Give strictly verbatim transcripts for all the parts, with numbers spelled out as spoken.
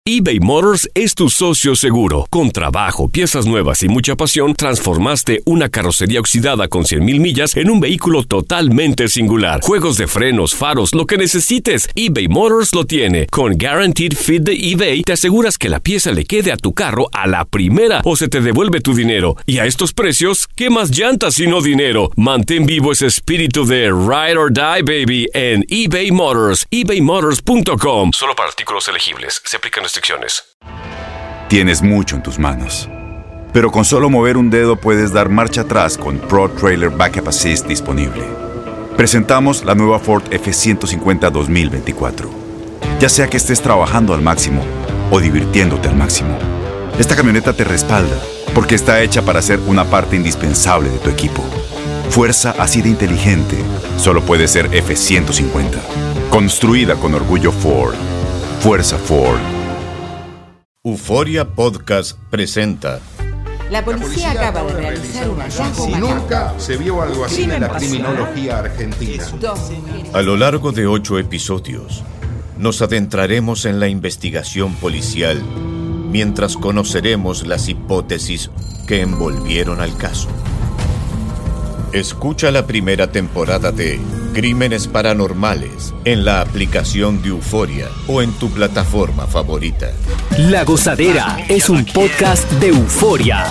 eBay Motors es tu socio seguro. Con trabajo, piezas nuevas y mucha pasión, transformaste una carrocería oxidada con cien mil millas en un vehículo totalmente singular. Juegos de frenos, faros, lo que necesites, eBay Motors lo tiene. Con Guaranteed Fit de eBay, te aseguras que la pieza le quede a tu carro a la primera o se te devuelve tu dinero. Y a estos precios, ¿qué más llantas sino dinero? Mantén vivo ese espíritu de Ride or Die, baby, en eBay Motors. ebay motors punto com. Solo para artículos elegibles. Se aplican restricciones. Tienes mucho en tus manos, pero con solo mover un dedo puedes dar marcha atrás con Pro Trailer Backup Assist disponible. Presentamos la nueva Ford F ciento cincuenta dos mil veinticuatro. Ya sea que estés trabajando al máximo o divirtiéndote al máximo, esta camioneta te respalda porque está hecha para ser una parte indispensable de tu equipo. Fuerza así de inteligente solo puede ser F ciento cincuenta. Construida con orgullo Ford. Fuerza Ford. Euforia Podcast presenta. La policía, la policía acaba de realizar un hallazgo y nunca se vio algo así en la criminología argentina. A lo largo de ocho episodios, nos adentraremos en la investigación policial mientras conoceremos las hipótesis que envolvieron al caso. Escucha la primera temporada de Crímenes Paranormales en la aplicación de Euforia o en tu plataforma favorita. La Gozadera es un podcast de Euforia.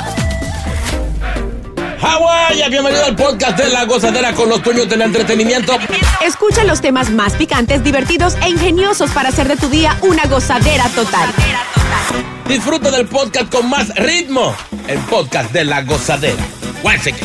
Hawái, bienvenido al podcast de La Gozadera con los dueños del entretenimiento. Escucha los temas más picantes, divertidos e ingeniosos para hacer de tu día una gozadera total. Disfruta del podcast con más ritmo, el podcast de La Gozadera. Guáchate.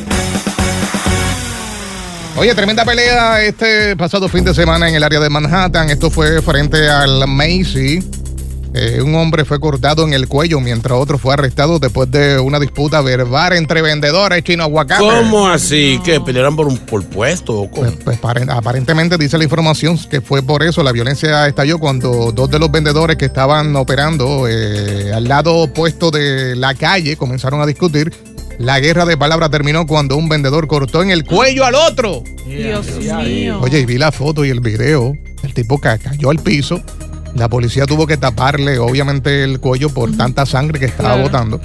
Oye, tremenda pelea este pasado fin de semana en el área de Manhattan. Esto fue frente al Macy. Eh, un hombre fue cortado en el cuello mientras otro fue arrestado después de una disputa verbal entre vendedores chino aguacate. ¿Cómo así? ¿Qué? ¿Pelearon por un por puesto o cómo? Pues, pues aparentemente dice la información que fue por eso. La violencia estalló cuando dos de los vendedores que estaban operando eh, al lado opuesto de la calle comenzaron a discutir. La guerra de palabras terminó cuando un vendedor cortó en el cuello al otro. Dios mío. Oye, y vi la foto y el video. El tipo cayó al piso. La policía tuvo que taparle, obviamente, el cuello por uh-huh. tanta sangre que estaba claro. botando.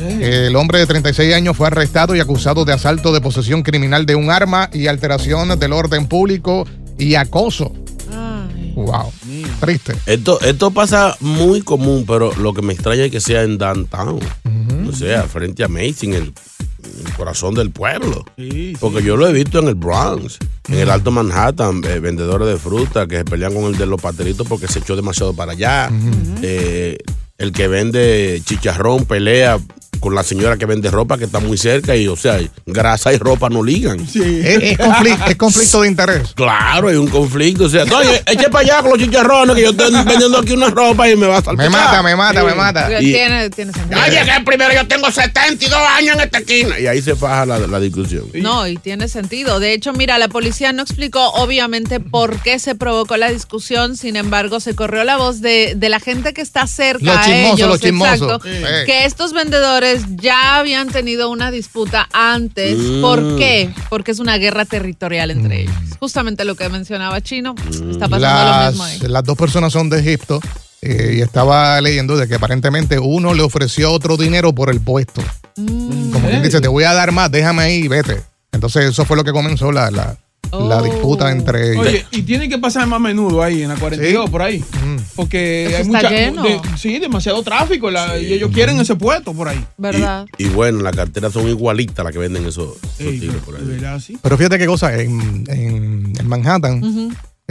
El hombre de treinta y seis años fue arrestado y acusado de asalto de posesión criminal de un arma y alteración del orden público y acoso. Ay. Wow. Triste. Esto, esto pasa muy común, pero lo que me extraña es que sea en downtown. Uh-huh. O sea, frente a Macy, en el, el corazón del pueblo. Sí, Porque sí. yo lo he visto en el Bronx, uh-huh. en el Alto Manhattan, eh, vendedores de fruta que se pelean con el de los pastelitos porque se echó demasiado para allá. Uh-huh. Eh, el que vende chicharrón pelea con la señora que vende ropa que está muy cerca y, o sea, grasa y ropa no ligan. Sí. Es, es, conflicto, es conflicto de interés. Claro, hay un conflicto. O sea, oye, eche para allá con los chicharrones que yo estoy vendiendo aquí una ropa y me va a saltar. Me mata, me mata, sí. me mata. Y, tiene, tiene sentido. Oye, que primero yo tengo setenta y dos años en esta esquina. Y ahí se faja la, la discusión. No, y tiene sentido. De hecho, mira, la policía no explicó, obviamente, por qué se provocó la discusión. Sin embargo, se corrió la voz de, de la gente que está cerca los chismosos, a ellos. Los chismosos, exacto, sí. que estos vendedores ya habían tenido una disputa antes. Mm. ¿Por qué? Porque es una guerra territorial entre mm. ellos. Justamente lo que mencionaba Chino, mm. está pasando las, lo mismo ahí. Las dos personas son de Egipto eh, y estaba leyendo de que aparentemente uno le ofreció otro dinero por el puesto. Mm. Como quien dice, te voy a dar más, déjame ahí y vete. Entonces eso fue lo que comenzó la... la Oh. la disputa entre ellos. Oye, y tiene que pasar más a menudo ahí en la cuarenta y dos, ¿sí? Por ahí. Mm. Porque eso hay está mucha, lleno. De, sí, demasiado tráfico la, sí. y ellos quieren ese puesto por ahí. ¿Verdad? Y, y bueno, las carteras son igualitas las que venden esos, esos Ey, tiros por ahí. ¿Verdad, sí? Pero fíjate qué cosa, en, en, en Manhattan uh-huh.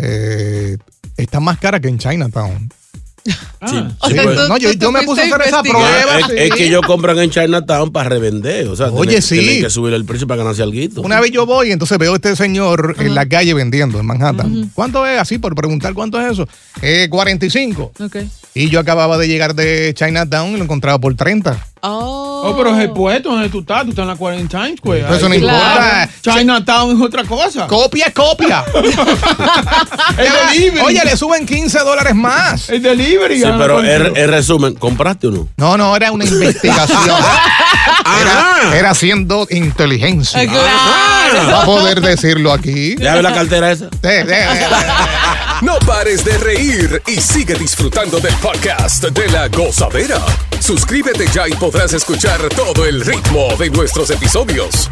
eh, está más cara que en Chinatown. Ah, sí, o sí, sea, pues, tú, no, yo, yo me puse a hacer esa prueba. Es, sí. es que ellos compran en Chinatown para revender. O sea, Oye, tienen, sí. tienen que subir el precio para ganarse alguito. Una vez yo voy, entonces veo a este señor uh-huh. en la calle vendiendo en Manhattan. Uh-huh. ¿Cuánto es? Así, por preguntar cuánto es eso. Eh, cuarenta y cinco. Okay. Y yo acababa de llegar de Chinatown y lo encontraba por treinta. Oh. Oh, pero es el puesto donde tú estás. Tú estás en la cuarenta Times Square. Pero eso no claro. importa. Chinatown es otra cosa. Copia, copia. El delivery. Oye, le suben quince dólares más. El delivery. Sí, pero el, el resumen, ¿compraste o no? No, no, era una investigación. Era, era haciendo inteligencia. Claro. Va a poder decirlo aquí. ¿Ya ves la cartera esa? De, de, de. No pares de reír y sigue disfrutando del podcast de La Gozadera. Suscríbete ya y podrás escuchar todo el ritmo de nuestros episodios.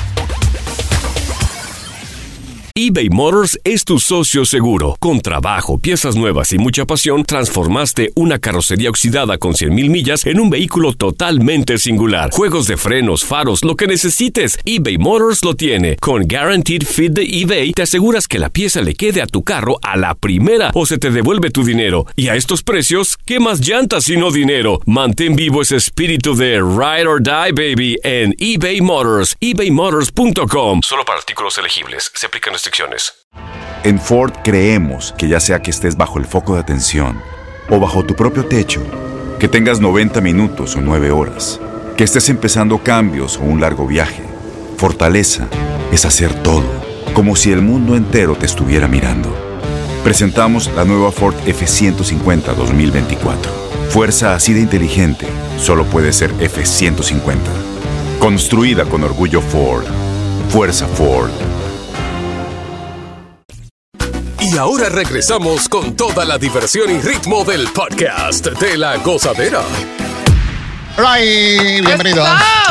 eBay Motors es tu socio seguro. Con trabajo, piezas nuevas y mucha pasión, transformaste una carrocería oxidada con cien mil millas en un vehículo totalmente singular. Juegos de frenos, faros, lo que necesites, eBay Motors lo tiene. Con Guaranteed Fit de eBay, te aseguras que la pieza le quede a tu carro a la primera o se te devuelve tu dinero. Y a estos precios, ¿qué más llantas y no dinero? Mantén vivo ese espíritu de Ride or Die, baby, en eBay Motors. ebay motors punto com. Solo para artículos elegibles. Se aplican restricciones. En Ford creemos que ya sea que estés bajo el foco de atención o bajo tu propio techo, que tengas noventa minutos o nueve horas, que estés empezando cambios o un largo viaje, fortaleza es hacer todo, como si el mundo entero te estuviera mirando. Presentamos la nueva Ford F ciento cincuenta dos mil veinticuatro. Fuerza así de inteligente solo puede ser F ciento cincuenta. Construida con orgullo Ford. Fuerza Ford. Y ahora regresamos con toda la diversión y ritmo del podcast de La Gozadera. Right, bienvenido.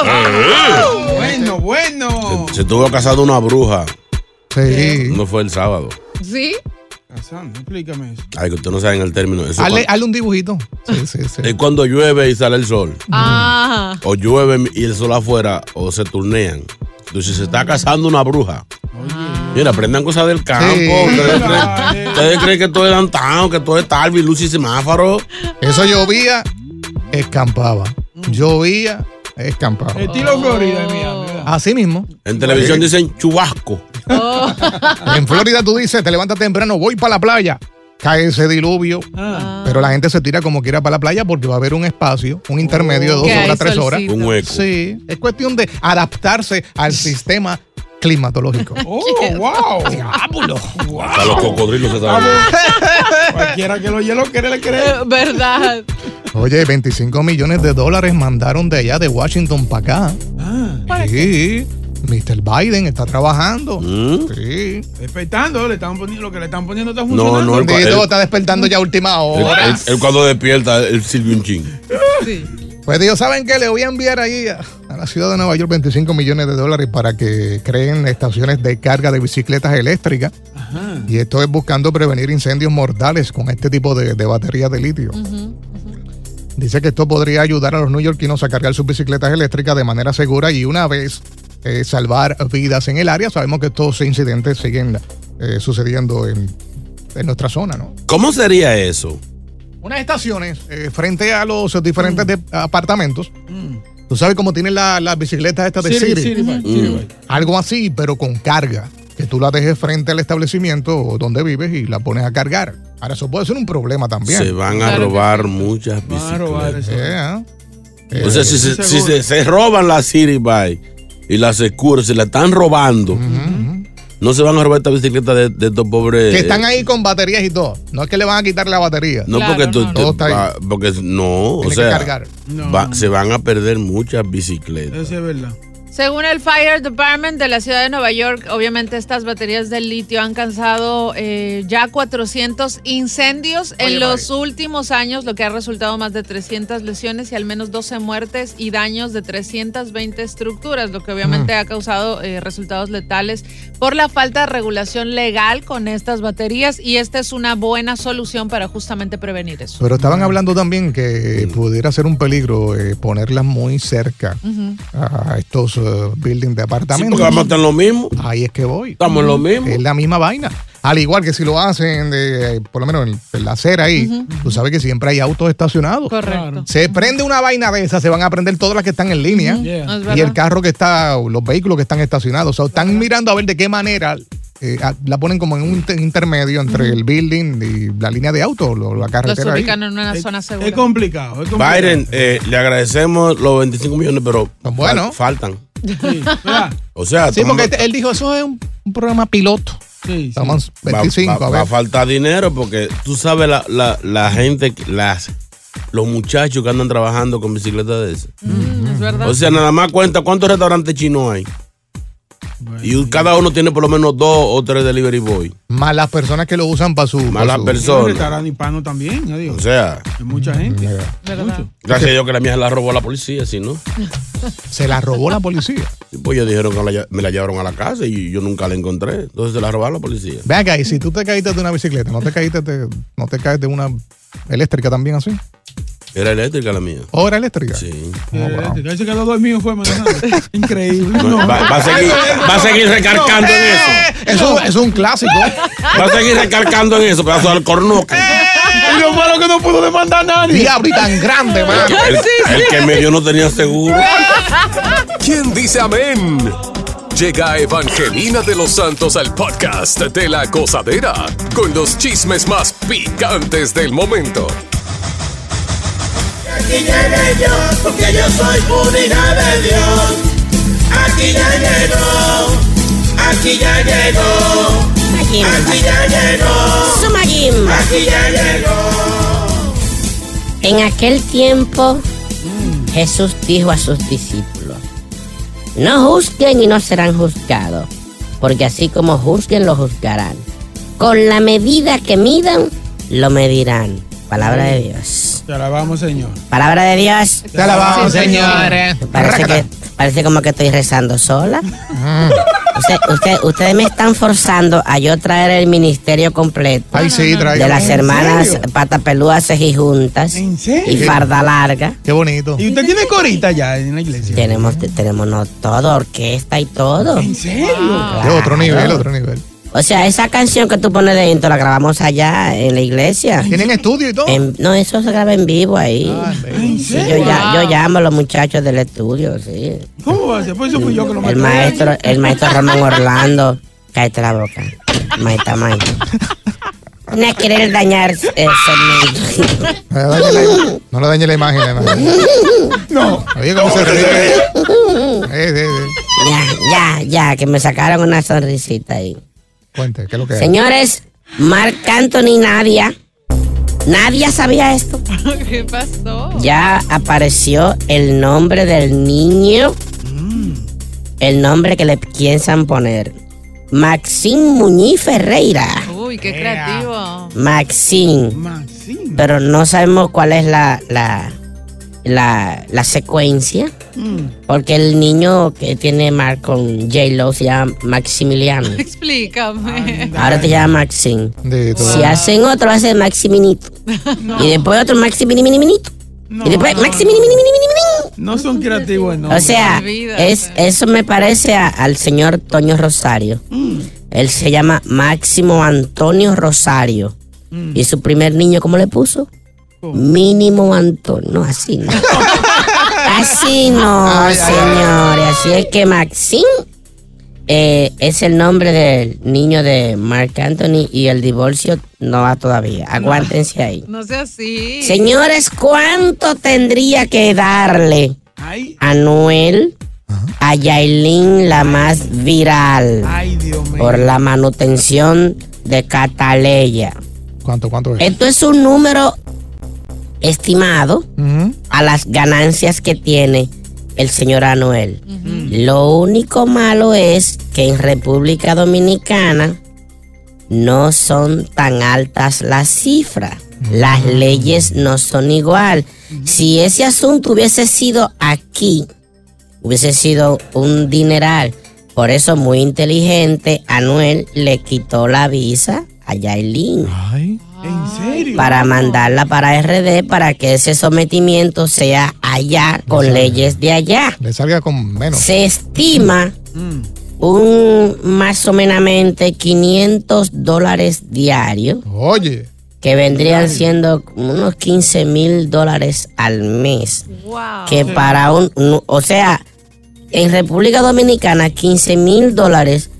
Oh, bueno, bueno. Se, se tuvo casado una bruja. Sí. No fue el sábado. ¿Sí? Casando, explícame eso. Ay, que usted no sabe en el término. Eso Hazle, cuando, hazle un dibujito. Sí, sí, sí. es cuando llueve y sale el sol. Ah. O llueve y el sol afuera, o se turnean. Entonces se está casando una bruja. Mira, aprendan cosas del campo. Sí. ¿Ustedes, creen, ustedes creen que todo es downtown, que todo es Talvi, luz y semáforo? Eso llovía, escampaba. Llovía, escampaba. Estilo Florida, mía, ¿verdad? Así mismo. En televisión dicen chubasco. Oh. En Florida tú dices, te levantas temprano, voy para la playa. Cae ese diluvio. Ah. Pero la gente se tira como quiera para la playa porque va a haber un espacio, un intermedio de dos Que hay horas, tres horas. solcito. Un hueco. Sí, es cuestión de adaptarse al sistema climatológico. Oh, wow. Diablo. Hasta los cocodrilos se saben. Cualquiera que lo hielo quiere, le cree. Eh, ¿Verdad? Oye, veinticinco millones de dólares mandaron de allá de Washington para acá. Ah, Sí, mister Biden está trabajando. ¿Mm? Sí. despertando, le están poniendo, lo que le están poniendo está No, funcionando. no, el- Bendito, está despertando ya a última Él, hora. él- él cuando despierta, él sirve un ching. Sí. Pues Dios, ¿saben qué? Le voy a enviar ahí a, a la ciudad de Nueva York veinticinco millones de dólares para que creen estaciones de carga de bicicletas eléctricas. Ajá. Y esto es buscando prevenir incendios mortales con este tipo de, de baterías de litio. Dice que esto podría ayudar a los neoyorquinos a cargar sus bicicletas eléctricas de manera segura y una vez eh, salvar vidas en el área. Sabemos que estos incidentes siguen eh, sucediendo en, en nuestra zona, ¿no? ¿Cómo sería eso? Unas estaciones eh, frente a los diferentes de- apartamentos. Tú sabes cómo tienen la- las bicicletas estas de City, City. City Bike, City Bike. Algo así, pero con carga. Que tú la dejes frente al establecimiento donde vives y la pones a cargar. Ahora, eso puede ser un problema también. Se van a Claro que robar muchas Van a robar bicicletas. eso. Eh, ¿eh? O sea, si, se, Seguro. si se, se roban la City Bike y la Secure, se la están robando, no se van a robar esta bicicleta de, de estos pobres. Que están ahí con baterías y todo. No es que le van a quitar la batería. No, Claro, porque tú, no, tú- Todo está ahí. va- porque no, o Tiene sea, que cargar. No. va- se van a perder muchas bicicletas. Eso es verdad. Según el Fire Department de la ciudad de Nueva York, obviamente estas baterías de litio han causado eh, ya cuatrocientos incendios en Oye, los Mari. últimos años, lo que ha resultado más de trescientas lesiones y al menos doce muertes y daños de trescientas veinte estructuras, lo que obviamente ha causado eh, resultados letales por la falta de regulación legal con estas baterías y esta es una buena solución para justamente prevenir eso. Pero estaban hablando también que pudiera ser un peligro eh, ponerlas muy cerca Ujú. a estos eh, buildings de Sí, apartamentos. porque vamos a estar en lo mismo. Ahí es que voy. Estamos en lo mismo. Es la misma vaina. Al igual que si lo hacen, de, por lo menos en, en la acera ahí, tú sabes que siempre hay autos estacionados. Correcto. Se prende una vaina de esa, se van a prender todas las que están en línea. Yeah. Es Y verdad. el carro que está, los vehículos que están estacionados. O sea, están mirando a ver de qué manera eh, la ponen como en un inter- intermedio entre el building y la línea de auto, lo, la carretera. Los ubican ahí. en una Es, zona segura. es complicado, es complicado. Biden, eh, le agradecemos los veinticinco millones, pero bueno. fal- faltan. Sí, O sea, Sí, porque toma- él dijo, eso es un, un programa piloto. sí, sí. Estamos va, veinticinco, va- a va a ver. faltar dinero porque tú sabes la, la, la gente, que- las, los muchachos que andan trabajando con bicicletas de esas. Mm, es verdad. O sea, nada más cuenta cuántos restaurantes chinos hay. Bueno, Y cada uno tiene por lo menos dos o tres delivery boy. Más las personas que lo usan para su... Más para las su- personas. el restaurante hispano también, ya digo. O sea, Hay mucha gente. ¿Verdad? Mucho. gracias a Dios que la mía se la robó la policía, si no. Se la robó la policía. Sí, pues ellos dijeron que la- me la llevaron a la casa y yo nunca la encontré. Entonces se la robaron la policía. Ve acá, y si tú te caíste de una bicicleta, ¿no te caíste de, no te caes de una eléctrica también así? Era eléctrica la mía. ¿O era eléctrica? Sí. Oh, wow. Ahí se quedó dormido fue manejando. Increíble. Va, No. va- va a seguir, va a seguir recargando en eso. Eso, eso es un clásico. Va a seguir recargando en eso, pedazo de alcornoque. Y lo malo que no pudo demandar a nadie. Diablo y tan grande, mano. El, el que me dio no tenía seguro. ¿Quién dice amén? Llega Evangelina de los Santos al podcast de La Gozadera con los chismes más picantes del momento. Aquí llegué yo, porque yo soy una hija de Dios. Aquí ya llegó, aquí ya llegó, aquí ya llegó, Sumagim. aquí ya llegó. En aquel tiempo, Jesús dijo a sus discípulos: no juzguen y no serán juzgados, porque así como juzguen, lo juzgarán. Con la medida que midan, lo medirán. Palabra de Dios. Te alabamos, Señor. Palabra de Dios. Te alabamos, Sí, señores. Parece que, parece como que estoy rezando sola. Usted, usted, ustedes me están forzando a yo traer el ministerio completo Ay, sí, traiga. de las ¿En hermanas serio? Patapelúas Cejijuntas ¿En y serio? Farda Larga. Qué bonito. ¿Y usted tiene corita ya en la iglesia? Tenemos, tenemos no, todo, orquesta y todo. ¿En serio? De otro nivel, otro nivel. O sea, esa canción que tú pones de intro la grabamos allá en la iglesia. ¿Tienen estudio y todo? En- no, eso se graba en vivo ahí. Ah, ¿En Sí, yo, serio? ya, yo llamo a los muchachos del estudio, sí. ¿Cómo va a ser? Pues eso fui yo que lo El maté. maestro, el maestro Ramón Orlando. Cállate la boca. Maita, maita. No es querer dañar eh, segmento. No le dañe la, no le dañe la imagen, la imagen. No. Oye, cómo se ríe. Eh, eh, eh. Ya, ya, ya, que me sacaron una sonrisita ahí. Cuente, ¿qué es lo que es? Señores, Marc Anthony Nadia. Nadia sabía esto. ¿Qué pasó? Ya apareció el nombre del niño. El nombre que le piensan poner. Maxine Muñiz Ferreira. Uy, qué creativo. Maxine. Maxine. Pero no sabemos cuál es la, la, la, la secuencia. Porque el niño que tiene Marc con J-Lo se llama Maximiliano. Explícame. Ahora te llama Maxine. De todo. Si hacen otro, hacen Maximinito. Y después otro Maximiniminito. No, Y después no, Maximiniminimininiminin. No son creativos, no. O sea, Olvídate. es, eso me parece a- al señor Toño Rosario. Él se llama Máximo Antonio Rosario. Y su primer niño, ¿cómo le puso? Mínimo Antonio. No, así no. Así no, Ay, ay, señores. Así es que Maxine eh, es el nombre del niño de Marc Anthony y el divorcio no va todavía. Aguántense ahí. No sea así. Señores, ¿cuánto tendría que darle Ay, a Noel, a Yailin, la más viral, ay, Dios mío. por la manutención de Cataleya? ¿Cuánto, cuánto es? Esto es un número estimado Ujú. a las ganancias que tiene el señor Anuel. Lo único malo es que en República Dominicana no son tan altas las cifras. Las leyes no son igual. Si ese asunto hubiese sido aquí, hubiese sido un dineral. Por eso, muy inteligente, Anuel le quitó la visa a Yailin Ay. ¿En serio? para mandarla para R D para que ese sometimiento sea allá con leyes de allá. Le salga con menos. Se estima Mm. un más o menos quinientos dólares diarios, Oye. que vendrían siendo unos quince mil dólares al mes. Wow. Que para un, un- o sea, en República Dominicana quince mil dólares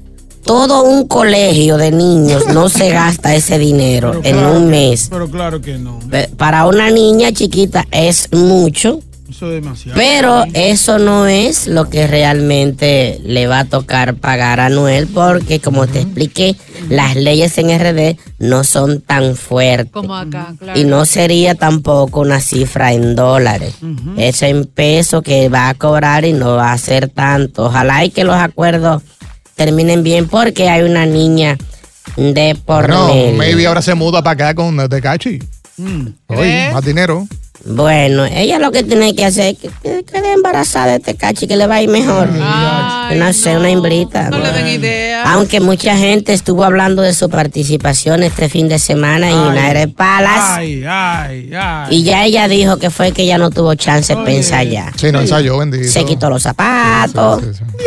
todo un colegio de niños no se gasta ese dinero Pero en claro un que- mes. Pero claro que no. Para una niña chiquita es mucho. Eso es demasiado. Pero eso no es lo que realmente le va a tocar pagar a Anuel, porque como te expliqué, las leyes en R D no son tan fuertes. Como acá, claro. Y no sería tampoco una cifra en dólares. Es en pesos que va a cobrar y no va a ser tanto. Ojalá y que los acuerdos terminen bien, porque hay una niña de por No, medio. maybe ahora se muda para acá con Tecachi. Oye, más dinero. Bueno, ella lo que tiene que hacer es que que quede embarazada de este cachi, que le va a ir mejor. Ay, no sé, una hembrita. No le den idea. Aunque mucha gente estuvo hablando de su participación este fin de semana en United Palace. Ay, ay, ay. Y ya ella dijo que fue que ella no tuvo chance de ensayar. Sí, no ensayó, bendito. Se quitó los zapatos.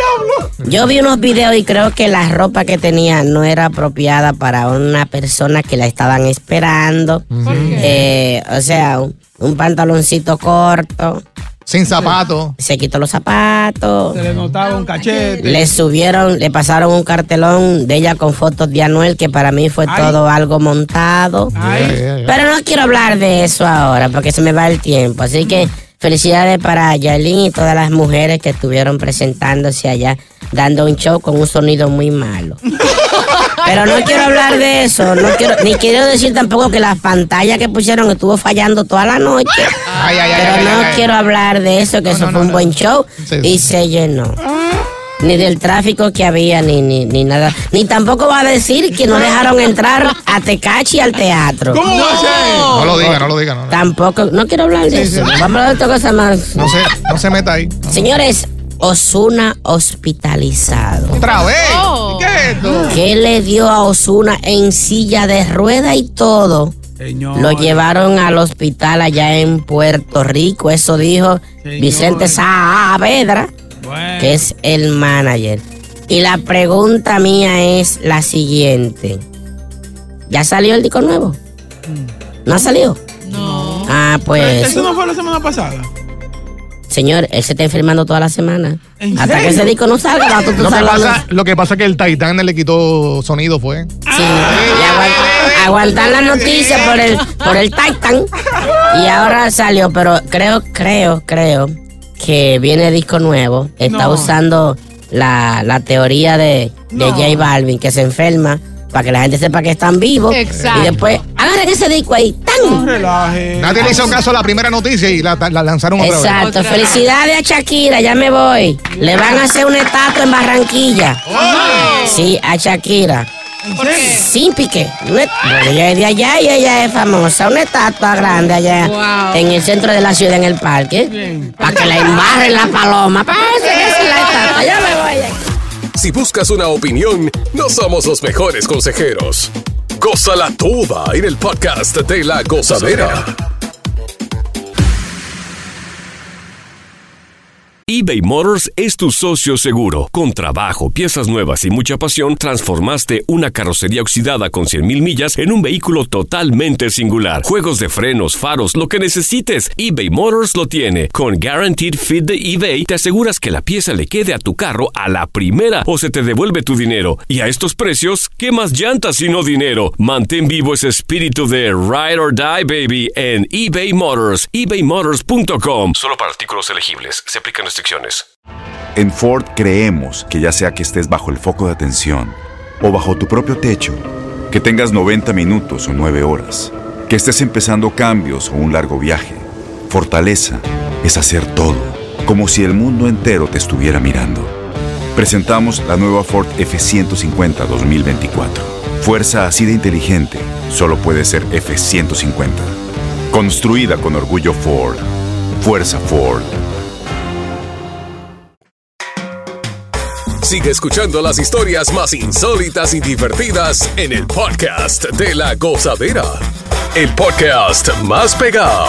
Yo vi unos videos y creo que la ropa que tenía no era apropiada para una persona que la estaban esperando. Eh, o sea, un, un pantaloncito corto. Sin zapatos. Se quitó los zapatos. Se le notaba un cachete. Le subieron, le pasaron un cartelón de ella con fotos de Anuel, que para mí fue Ay. todo algo montado. Ay. Pero no quiero hablar de eso ahora, porque se me va el tiempo. Así que felicidades para Yailin y todas las mujeres que estuvieron presentándose allá, dando un show con un sonido muy malo. Pero no quiero hablar de eso, no quiero, ni quiero decir tampoco que las pantallas que pusieron estuvo fallando toda la noche. Ay, ay, ay, Pero ay, no ay, ay. quiero hablar de eso, que eso fue un buen show Sí, y sí. se llenó. Ni del tráfico que había, ni, ni, ni nada. Ni tampoco va a decir que no dejaron entrar a Tecachi al teatro. ¿Cómo va a ser? No lo diga, no lo diga. No, Tampoco, no quiero hablar de Sí, eso. sí. Vamos a hablar de otra cosa más. no se, no se meta ahí. Señores, Ozuna hospitalizado. Otra vez. Oh. ¿Qué es esto? ¿Qué le dio a Ozuna en silla de rueda y todo? Señor. Lo llevaron al hospital allá en Puerto Rico. Eso dijo Señor. Vicente Saavedra, Bueno. que es el manager. Y la pregunta mía es la siguiente. ¿Ya salió el disco nuevo? ¿No ha salido? No. Ah, pues, ¿Eso no fue la semana pasada? señor, él se está enfermando toda la semana. ¿En Hasta serio? que ese disco no salga, va, tú, tú Lo que, salgas- pasa, lo que pasa es que el Titan le quitó sonido, fue. Sí, y aguant- aguantar la noticia por el, por el Titan. Y ahora salió, pero creo, creo, creo que viene disco nuevo. Está No. usando la, la teoría de, de No. J Balvin, que se enferma para que la gente sepa que están vivos. Exacto. Y después agarren ese disco ahí. ¡Tan! No relaje. Nadie le hizo caso a la primera noticia y la, la lanzaron otra Exacto. Otra. Felicidades a Shakira, ya me voy. Le van a hacer una estatua en Barranquilla. Sí, a Shakira. ¿Por qué? Sin pique. Una- Porque ella es de allá y ella es famosa. Una estatua grande allá Wow. en el centro de la ciudad, en el parque. Bien. Para que la embarren la paloma. Para eso que es la estatua. Ya me voy. Si buscas una opinión, no somos los mejores consejeros. Gózala toda en el podcast de La Gozadera. eBay Motors es tu socio seguro. Con trabajo, piezas nuevas y mucha pasión, transformaste una carrocería oxidada con cien mil millas en un vehículo totalmente singular. Juegos de frenos, faros, lo que necesites, eBay Motors lo tiene. Con Guaranteed Fit de eBay, te aseguras que la pieza le quede a tu carro a la primera o se te devuelve tu dinero. Y a estos precios, ¿qué más llantas sino dinero? Mantén vivo ese espíritu de Ride or Die, baby, en eBay Motors. ebay motors punto com. Solo para artículos elegibles. Se aplican restricciones. En Ford creemos que ya sea que estés bajo el foco de atención o bajo tu propio techo, que tengas noventa minutos o nueve horas, que estés empezando cambios o un largo viaje, fortaleza es hacer todo, como si el mundo entero te estuviera mirando. Presentamos la nueva Ford F ciento cincuenta dos mil veinticuatro. Fuerza así de inteligente solo puede ser F ciento cincuenta. Construida con orgullo Ford. Fuerza Ford. Sigue escuchando las historias más insólitas y divertidas en el podcast de La Gozadera. El podcast más pegado.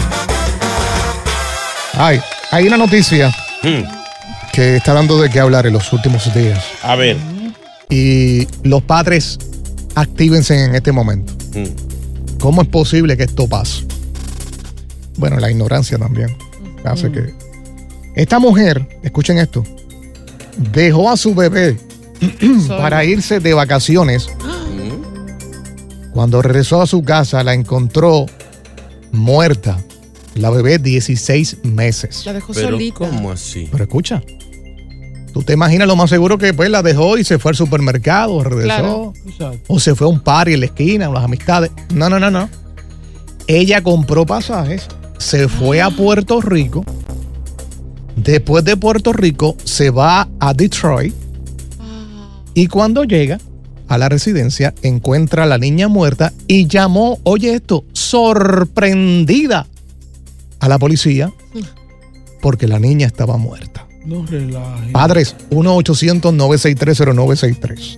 Ay, hay una noticia que está dando de qué hablar en los últimos días. A ver. Y los padres, actívense en este momento. ¿Cómo es posible que esto pase? Bueno, la ignorancia también hace que... Esta mujer, escuchen esto, dejó a su bebé para irse de vacaciones. Cuando regresó a su casa, la encontró muerta. La bebé, dieciséis meses. La dejó Pero solita. ¿cómo así? Pero escucha, tú te imaginas lo más seguro que pues la dejó y se fue al supermercado, regresó. Claro. O se fue a un party en la esquina, o las amistades. No, no, no, no. Ella compró pasajes, se fue a Puerto Rico. Después de Puerto Rico, se va a Detroit. Y cuando llega a la residencia, encuentra a la niña muerta y llamó, oye esto, sorprendida a la policía porque la niña estaba muerta. No relajes. Padres, uno ochocientos nueve seis tres cero nueve seis tres.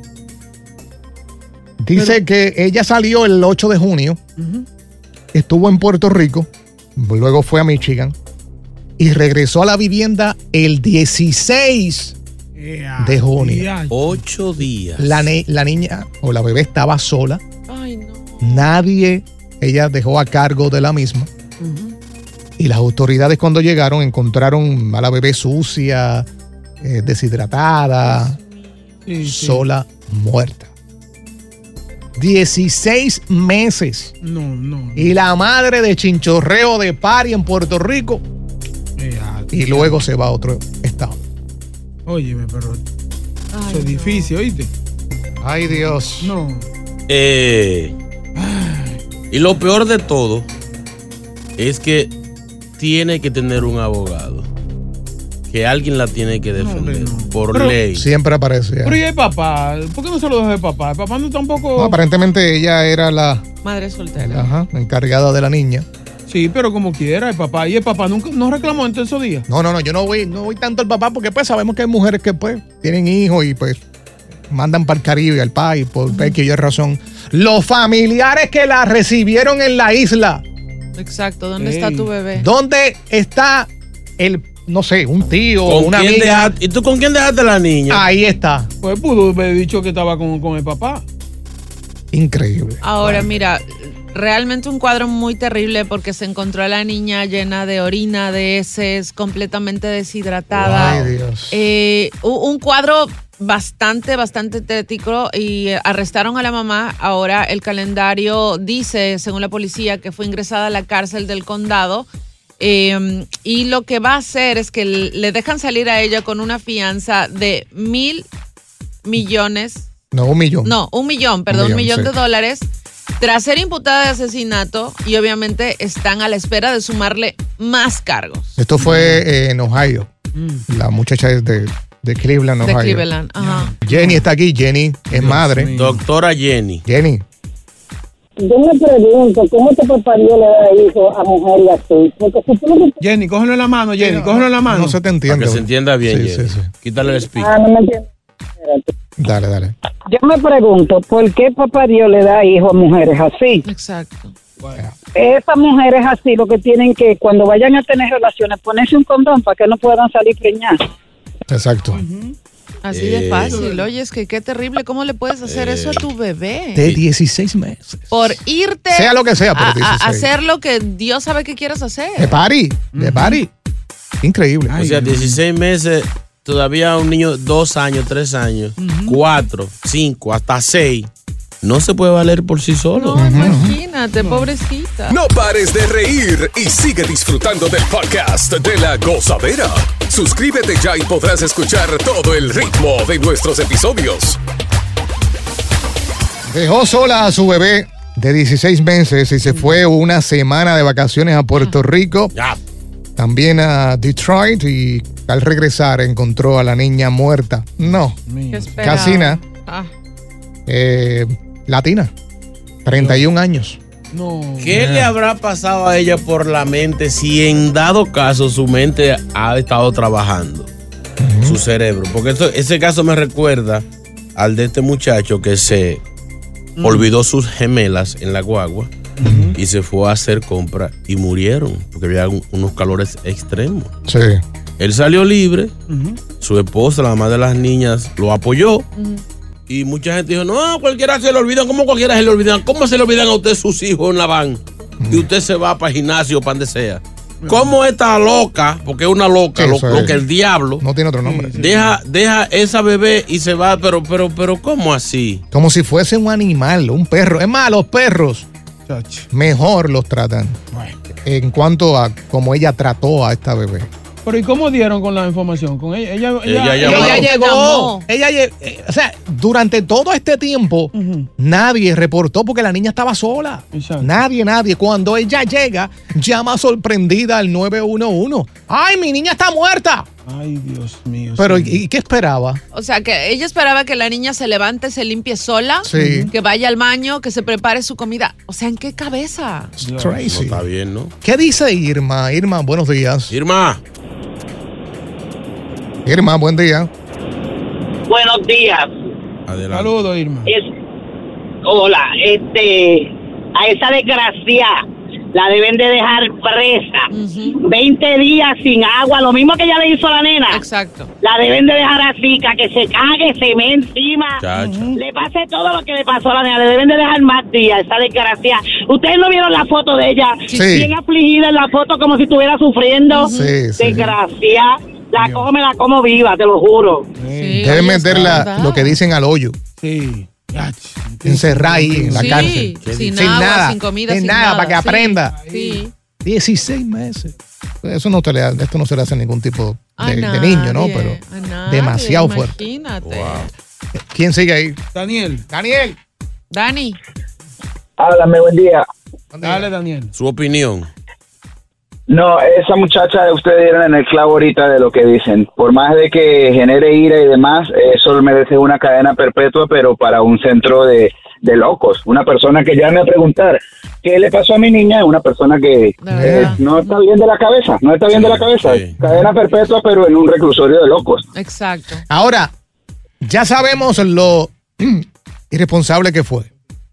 Dice Pero, que ella salió el ocho de junio, uh-huh. estuvo en Puerto Rico, luego fue a Michigan y regresó a la vivienda el dieciséis de junio. Ocho días. La, ne- la niña o la bebé estaba sola. Ay, no. Nadie, ella dejó a cargo de la misma. Uh-huh. Y las autoridades cuando llegaron encontraron a la bebé sucia, eh, deshidratada, Sí, sí. sola, muerta. dieciséis meses. No, no. Y la madre de chinchorreo de party en Puerto Rico. Eh, Y luego se va a otro estado. Óyeme, pero Ay, eso es no. difícil, ¿oíste? Ay, Dios. No. Eh, y lo peor de todo es que tiene que tener un abogado. Que alguien la tiene que defender. No, no. Por Pero- ley. Siempre aparece. Pero ¿y el papá? ¿Por qué no se lo deja el papá? El papá no tampoco... No, aparentemente ella era la Madre soltera. ajá, encargada de la niña. Sí, pero como quiera, el papá. ¿Y el papá nunca no reclamó en esos días? No, no, no, yo no voy, no voy tanto al papá porque pues sabemos que hay mujeres que pues tienen hijos y pues mandan para el Caribe, al país, por X y Y razón. Los familiares que la recibieron en la isla. Exacto. ¿Dónde Ey. está tu bebé? ¿Dónde está el, no sé, un tío o ¿Con una quién amiga? dejaste- ¿Y tú con quién dejaste la niña? Ahí está. Pues pudo haber dicho que estaba con, con el papá. Increíble. Ahora, mira, realmente un cuadro muy terrible porque se encontró a la niña llena de orina, de heces, completamente deshidratada. Ay, Dios. Eh, u- un cuadro bastante, bastante tétrico y eh, arrestaron a la mamá. Ahora el calendario dice, según la policía, que fue ingresada a la cárcel del condado. Eh, y lo que va a hacer es que l- le dejan salir a ella con una fianza de mil millones. No, un millón. No, un millón, perdón, un millón, millón, sí. de dólares tras ser imputada de asesinato y obviamente están a la espera de sumarle más cargos. Esto fue eh, en Ohio. La muchacha es de, de Cleveland, De Ohio. Cleveland, ajá. Jenny está aquí. Jenny es madre. Doctora Jenny. Jenny. Yo me pregunto, ¿cómo este papá Dios le da hijo a mujeres así? Porque si tú no... Jenny, cógelo en la mano, Jenny, cógelo en la mano. No se te entiende. Para que se entienda bien, Sí, Jenny. sí, sí. Quítale el speaker. Ah, no me entiendes. Dale, dale. Yo me pregunto, ¿por qué papá Dios le da hijo a mujeres así? Exacto. Esas mujeres así lo que tienen que, cuando vayan a tener relaciones, ponerse un condón para que no puedan salir preñadas. Exacto. Así Eh. de fácil. Oye, es que qué terrible. ¿Cómo le puedes hacer eso a tu bebé? De dieciséis meses. Por irte Sea lo que sea, por a, a dieciséis. hacer lo que Dios sabe que quieres hacer. De party. De party. Increíble. O sea, dieciséis meses, todavía un niño, dos años, tres años, cuatro, cinco, hasta seis, no se puede valer por sí solo. No, imagínate, pobrecita. No pares de reír y sigue disfrutando del podcast de La Gozadera. Suscríbete ya y podrás escuchar todo el ritmo de nuestros episodios. Dejó sola a su bebé de dieciséis meses y se fue una semana de vacaciones a Puerto Rico. Ya. También a Detroit y al regresar encontró a la niña muerta. No, ¿Qué esperaba? casi nada. Ah, Eh, latina, treinta y un años. No. ¿Qué le habrá pasado a ella por la mente si en dado caso su mente ha estado trabajando? Su cerebro. Porque esto- ese caso me recuerda al de este muchacho que se olvidó sus gemelas en la guagua y se fue a hacer compra y murieron porque había un- unos calores extremos. Sí. Él salió libre, su esposa, la mamá de las niñas, lo apoyó. Y mucha gente dijo, no, cualquiera se le olvidan. ¿Cómo cualquiera se le olvidan? ¿Cómo se le olvidan a usted sus hijos en la van? Y usted se va para el gimnasio, para donde sea. ¿Cómo esta loca, porque es una loca, Sí, lo, eso lo es. que el diablo, No tiene otro nombre. deja, deja esa bebé y se va, pero, pero, pero, ¿cómo así? Como si fuese un animal, un perro. Es más, los perros mejor los tratan en cuanto a cómo ella trató a esta bebé. Pero ¿y cómo dieron con la información? Con ella, ella, Ella ella, llamó. Ella llegó. Ella lle- eh, o sea, durante todo este tiempo, nadie reportó porque la niña estaba sola. Nadie, nadie. Cuando ella llega, llama sorprendida al nueve uno uno. ¡Ay, mi niña está muerta! Ay, Dios mío. Pero, ¿y, y qué esperaba? O sea, que ella esperaba que la niña se levante, se limpie sola, Sí. que vaya al baño, que se prepare su comida. O sea, ¿en qué cabeza? Crazy. No está bien, ¿no? ¿Qué dice Irma? Irma, buenos días. Irma. Irma, buen día. Buenos días. Adelante. Saludos, Irma. Es, hola, este, a esa desgracia la deben de dejar presa. veinte días sin agua, lo mismo que ella le hizo a la nena. Exacto. La deben de dejar así, que se cague, se me encima. Chacho. Le pase todo lo que le pasó a la nena. Le deben de dejar más días, esa desgracia. ¿Ustedes no vieron la foto de ella? Sí. Bien afligida en la foto, como si estuviera sufriendo. Sí, sí. Desgracia. La como, me la como viva, te lo juro. Deben meterla, lo que dicen, al hoyo. Sí. Encerrar ahí en la Sí, cárcel. sin agua, sin comida, sin sin nada, nada. para que Sí, aprenda. sí. dieciséis meses. Eso no te le, esto no se le hace a ningún tipo A de, de nadie, niño, ¿no? Pero a nadie, demasiado fuerte. Imagínate. ¿Quién sigue ahí? Daniel. Daniel. Dani. Háblame, buen día. Dale, Daniel. Su opinión. No, esa muchacha, ustedes dieron en el clavo ahorita de lo que dicen. Por más de que genere ira y demás, eso merece una cadena perpetua, pero para un centro de, de locos. Una persona que llame a preguntar qué le pasó a mi niña es una persona que eh, no está bien de la cabeza. No está bien de la cabeza. Cadena perpetua, pero en un reclusorio de locos. Exacto. Ahora, ya sabemos lo irresponsable que fue.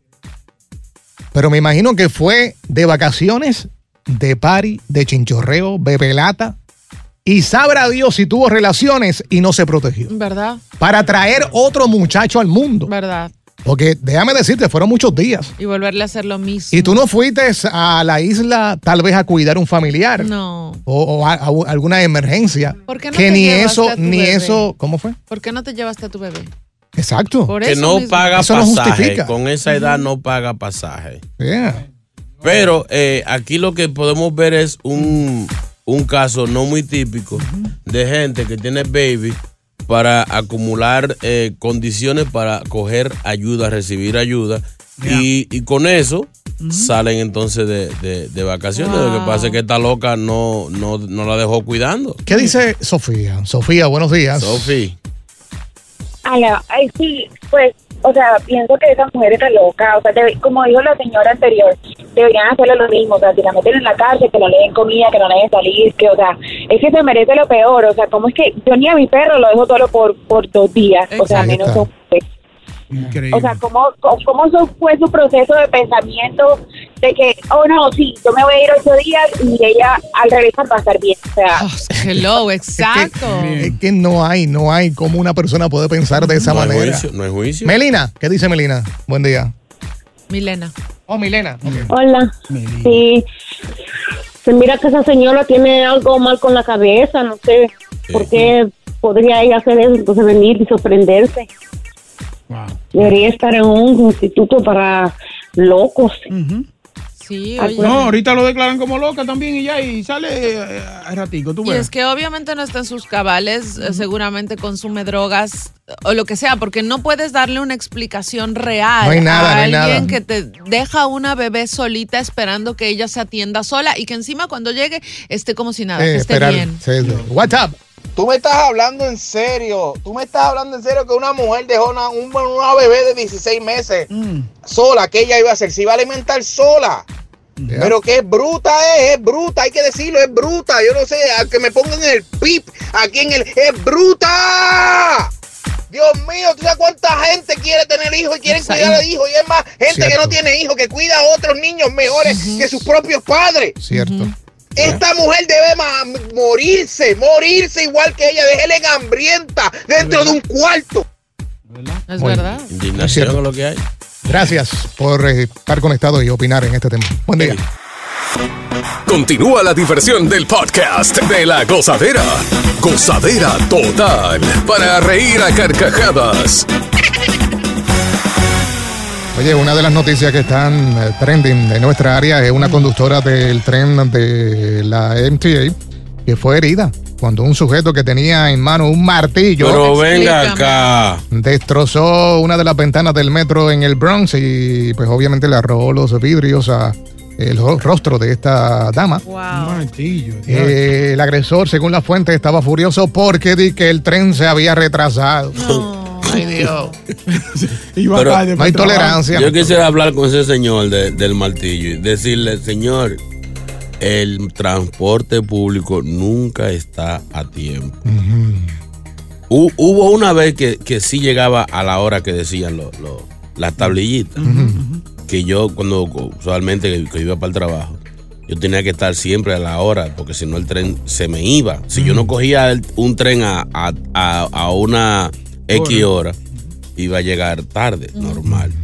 Pero me imagino que fue de vacaciones, de party, de chinchorreo, bebelata. Y sabrá Dios si tuvo relaciones y no se protegió. ¿Verdad? Para traer otro muchacho al mundo. ¿Verdad? Porque déjame decirte, fueron muchos días. Y volverle a hacer lo mismo. Y tú no fuiste a la isla tal vez a cuidar un familiar. No. O, o a, a alguna emergencia. ¿Por qué no que te ni llevaste eso, a tu ni bebé? eso, ¿cómo fue? ¿Por qué no te llevaste a tu bebé? Exacto. Por Que eso no mismo. paga Eso no pasaje. justifica. Con esa edad no paga pasaje. Yeah. Pero eh, aquí lo que podemos ver es un, un caso no muy típico de gente que tiene baby para acumular eh, condiciones para coger ayuda, recibir ayuda. Y, y con eso salen entonces de, de, de vacaciones. Wow. Lo que pasa es que esta loca no, no, no la dejó cuidando. ¿Qué dice Sofía? Sofía, buenos días. Sofía. Ala, ay, sí, pues, o sea, pienso que esa mujer está loca, o sea, debe- como dijo la señora anterior, deberían hacerle lo mismo, o sea, si la meten en la cárcel, que no le den comida, que no le den salir, que, o sea, es que se merece lo peor, o sea, como es que yo ni a mi perro lo dejo solo por, por dos días, o sea, menos un mes. Increíble. O sea, ¿cómo, cómo, cómo eso fue su proceso de pensamiento de que, oh no, sí, yo me voy a ir ocho días y ella al regresar va a estar bien? O sea, hello, exacto. Es que no hay, no hay cómo una persona puede pensar de esa No hay manera. juicio, no hay juicio. Melina, ¿qué dice Melina? Buen día. Milena. Oh, Milena. Okay. Hola. Sí. Se mira que esa señora tiene algo mal con la cabeza, no sé por qué podría ella hacer eso, entonces venir y sorprenderse. Wow. Debería estar en un instituto para locos. Sí, Ah, oye. No, ahorita lo declaran como loca también y ya, y sale eh, a ratico, tú Y ves. es que obviamente no está en sus cabales, eh, seguramente consume drogas o lo que sea, porque no puedes darle una explicación real No hay nada, a no hay alguien nada. que te deja una bebé solita esperando que ella se atienda sola y que encima cuando llegue esté como si nada, Eh, que esté esperar. bien. Sí, sí. What's up? Tú me estás hablando en serio. Tú me estás hablando en serio que una mujer dejó una, un- una bebé de dieciséis meses sola, que ella iba a hacer, se iba a alimentar sola. Pero que es bruta, es, es bruta, hay que decirlo, es bruta. Yo no sé, a que me pongan el pip aquí en el. ¡Es bruta! Dios mío, ¿tú sabes cuánta gente quiere tener hijos y quieren Sí. cuidar a hijos? Y es más, gente que Cierto. no tiene hijos, que cuida a otros niños mejores que sus propios padres. Cierto. Esta mujer debe ma- morirse, morirse igual que ella. Déjele hambrienta dentro de un cuarto. Es Muy verdad. Es Indignación cierto. es lo que hay. Gracias por eh, estar conectado y opinar en este tema. Buen día. Continúa la diversión del podcast de La Gozadera. Gozadera total para reír a carcajadas. Oye, una de las noticias que están eh, trending de nuestra área es una conductora del tren de la M T A que fue herida cuando un sujeto que tenía en mano un martillo. Pero venga acá. Destrozó una de las ventanas del metro en el Bronx y pues obviamente le arrojó los vidrios a el rostro de esta dama. Wow. Martillo. Eh, el agresor, según la fuente, estaba furioso porque di que el tren se había retrasado. No. Ay, Dios. Pero no hay tolerancia. Yo quisiera hablar con ese señor de, del martillo y decirle, señor, el transporte público nunca está a tiempo. Uh-huh. Hubo una vez que, que sí llegaba a la hora que decían lo, lo, las tablillitas. Uh-huh. Que yo, cuando usualmente que, que iba para el trabajo, yo tenía que estar siempre a la hora, porque si no el tren se me iba. Si uh-huh. yo no cogía el, un tren a, a, a, a una X hora, iba a llegar tarde, uh-huh. normal.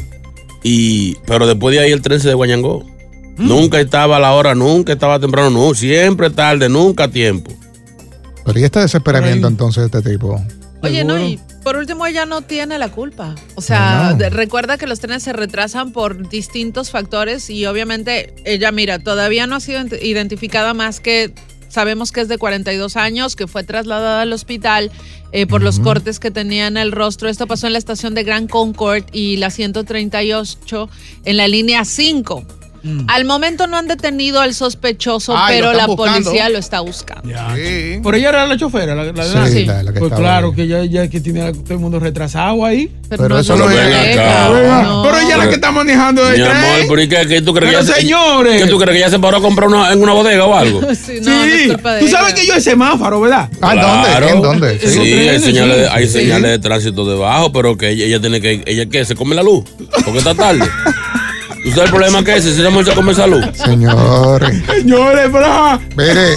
Y, pero después de ahí el tren se desguañangó. Uh-huh. Nunca estaba a la hora, nunca estaba temprano, no, siempre tarde, nunca a tiempo. Pero ¿y este desesperamiento entonces de este tipo? Oye, no, y por último ella no tiene la culpa. O sea, no. de, recuerda que los trenes se retrasan por distintos factores y obviamente ella, mira, todavía no ha sido identificada más que sabemos que es de cuarenta y dos años, que fue trasladada al hospital eh, por uh-huh. los cortes que tenía en el rostro. Esto pasó en la estación de Grand Concord y la ciento treinta y ocho en la línea cinco. Mm. Al momento no han detenido al sospechoso, Ay, pero la buscando. policía lo está buscando. Ya. Sí. Pero ella era la chofera, la, la, sí, sí. la, la que pues estaba claro ahí. que ya, ya que tiene a todo el mundo retrasado ahí. Pero, pero no eso no es acá. No. Pero ella es la que está manejando el Mi tren. amor, ¿pero y qué, qué tú crees pero que señores. Se, ¿qué tú crees que ella se paró a comprar una, en una bodega o algo? sí, no, sí. No es culpa de tú ella. sabes que yo es semáforo, ¿verdad? Ah, claro. ¿dónde? ¿En dónde? Sí, sí hay, señales, de, hay sí. señales de tránsito debajo, pero que ella, ella tiene que, ella qué, se come la luz, porque está tarde. ¿Tú sabes el problema que es? Si esa mujer se come salud. Señores. Señores, bro. Mire,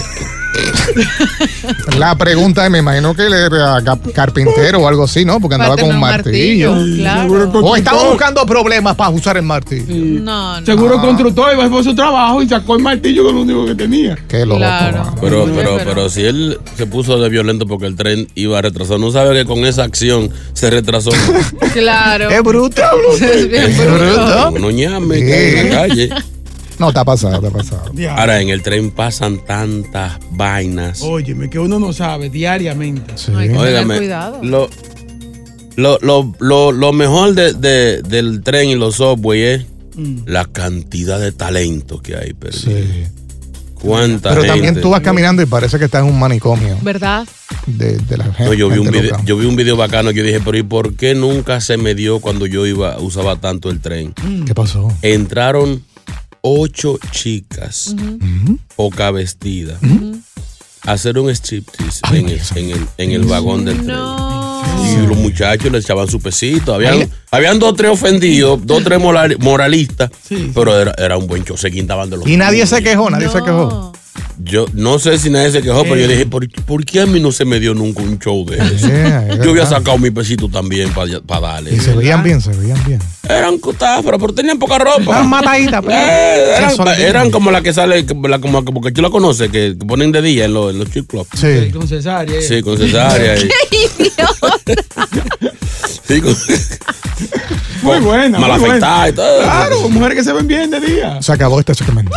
la pregunta es, me imagino que él era carpintero o algo así, ¿no? Porque andaba con un martillo. martillo claro. O estaba buscando problemas para usar el martillo. Sí. No, no. Seguro ah. constructor iba por su trabajo y sacó el martillo con lo único que tenía. Qué loco. Claro. Pero, pero, pero, pero si él se puso de violento porque el tren iba a retrasar, ¿no sabe que con esa acción se retrasó? Claro. Es bruto. Es bien bruto. No ñame, sí. que en la calle. No, está pasado, está pasado. Ahora, en el tren pasan tantas vainas. Óyeme, que uno no sabe diariamente. Sí. Hay que tener cuidado. Lo, lo, lo, lo, lo mejor de, de, del tren y los subway es mm. la cantidad de talento que hay. Pero sí. ¿Cuánta Pero gente? También tú vas caminando y parece que estás en un manicomio. ¿Verdad? De, de la gente. No, yo, vi un video, yo vi un video bacano. Yo dije, pero ¿y por qué nunca se me dio cuando yo iba usaba tanto el tren? ¿Qué pasó? Entraron ocho chicas, uh-huh. poca vestida, uh-huh. a hacer un striptease Ay, en, el, en, el, en el vagón del no. tren. Y los muchachos le echaban su pesito. Habían, habían dos o tres ofendidos, dos o tres moral, moralistas, sí. pero era, era un buen show. Se quintaban de los Y nadie se quejó, nadie no. se quejó. Yo no sé si nadie se quejó, eh. pero yo dije, ¿por, ¿por qué a mí no se me dio nunca un show de eso? Yeah, yo había sacado mi pesito también para pa darle. Y se veían bien, se veían bien. Eran cutáferas, pero tenían poca ropa. Eran mataditas. Eh, eran, eran como la que sale, la, como, como que tú la conoces, que, que ponen de día en los, en los strip clubs. Sí. sí, con cesárea. Eh. Sí, con cesárea. ¡Qué idiota! Sí, con... Muy buena. Mal afectada y todo. Claro, mujeres que se ven bien de día. Se acabó este segmento.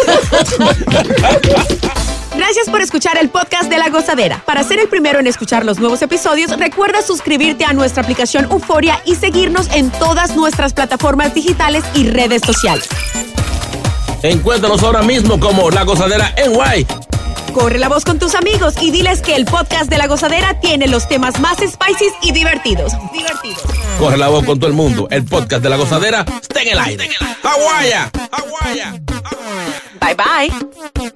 Gracias por escuchar el podcast de La Gozadera. Para ser el primero en escuchar los nuevos episodios, recuerda suscribirte a nuestra aplicación Euforia y seguirnos en todas nuestras plataformas digitales y redes sociales. Encuéntranos ahora mismo como La Gozadera N Y. Corre la voz con tus amigos y diles que el podcast de La Gozadera tiene los temas más spicy y divertidos. Divertidos. Corre la voz con todo el mundo. El podcast de La Gozadera está en el aire. ¡Aguaya! ¡Aguaya! Bye, bye.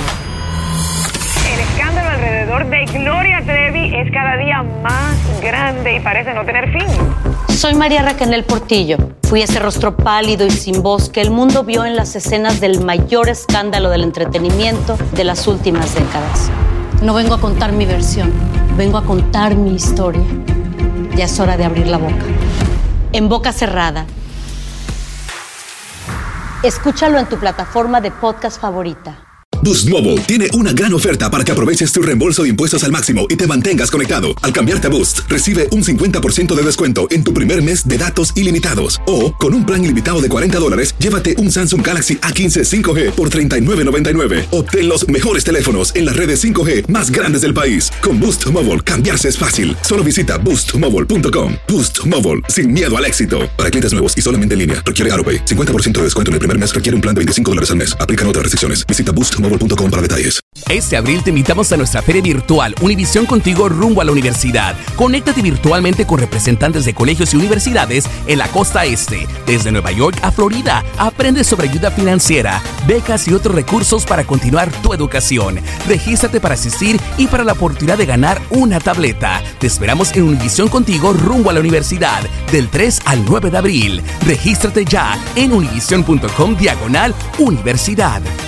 El escándalo alrededor de Gloria Trevi es cada día más grande y parece no tener fin. Soy María Raquel Portillo. Fui ese rostro pálido y sin voz que el mundo vio en las escenas del mayor escándalo del entretenimiento de las últimas décadas. No vengo a contar mi versión, vengo a contar mi historia. Ya es hora de abrir la boca. En boca cerrada. Escúchalo en tu plataforma de podcast favorita. Boost Mobile tiene una gran oferta para que aproveches tu reembolso de impuestos al máximo y te mantengas conectado. Al cambiarte a Boost, recibe un cincuenta por ciento de descuento en tu primer mes de datos ilimitados. O, con un plan ilimitado de cuarenta dólares, llévate un Samsung Galaxy A quince cinco G por treinta y nueve noventa y nueve. Obtén los mejores teléfonos en las redes cinco G más grandes del país. Con Boost Mobile, cambiarse es fácil. Solo visita boost mobile punto com. Boost Mobile, sin miedo al éxito. Para clientes nuevos y solamente en línea, requiere AutoPay. cincuenta por ciento de descuento en el primer mes requiere un plan de veinticinco dólares al mes. Aplican otras restricciones. Visita boost mobile punto com para detalles. Este abril te invitamos a nuestra feria virtual Univisión Contigo rumbo a la universidad. Conéctate virtualmente con representantes de colegios y universidades en la costa este. Desde Nueva York a Florida, aprende sobre ayuda financiera, becas y otros recursos para continuar tu educación. Regístrate para asistir y para la oportunidad de ganar una tableta. Te esperamos en Univisión Contigo rumbo a la universidad del tres al nueve de abril. Regístrate ya en univision punto com diagonal universidad.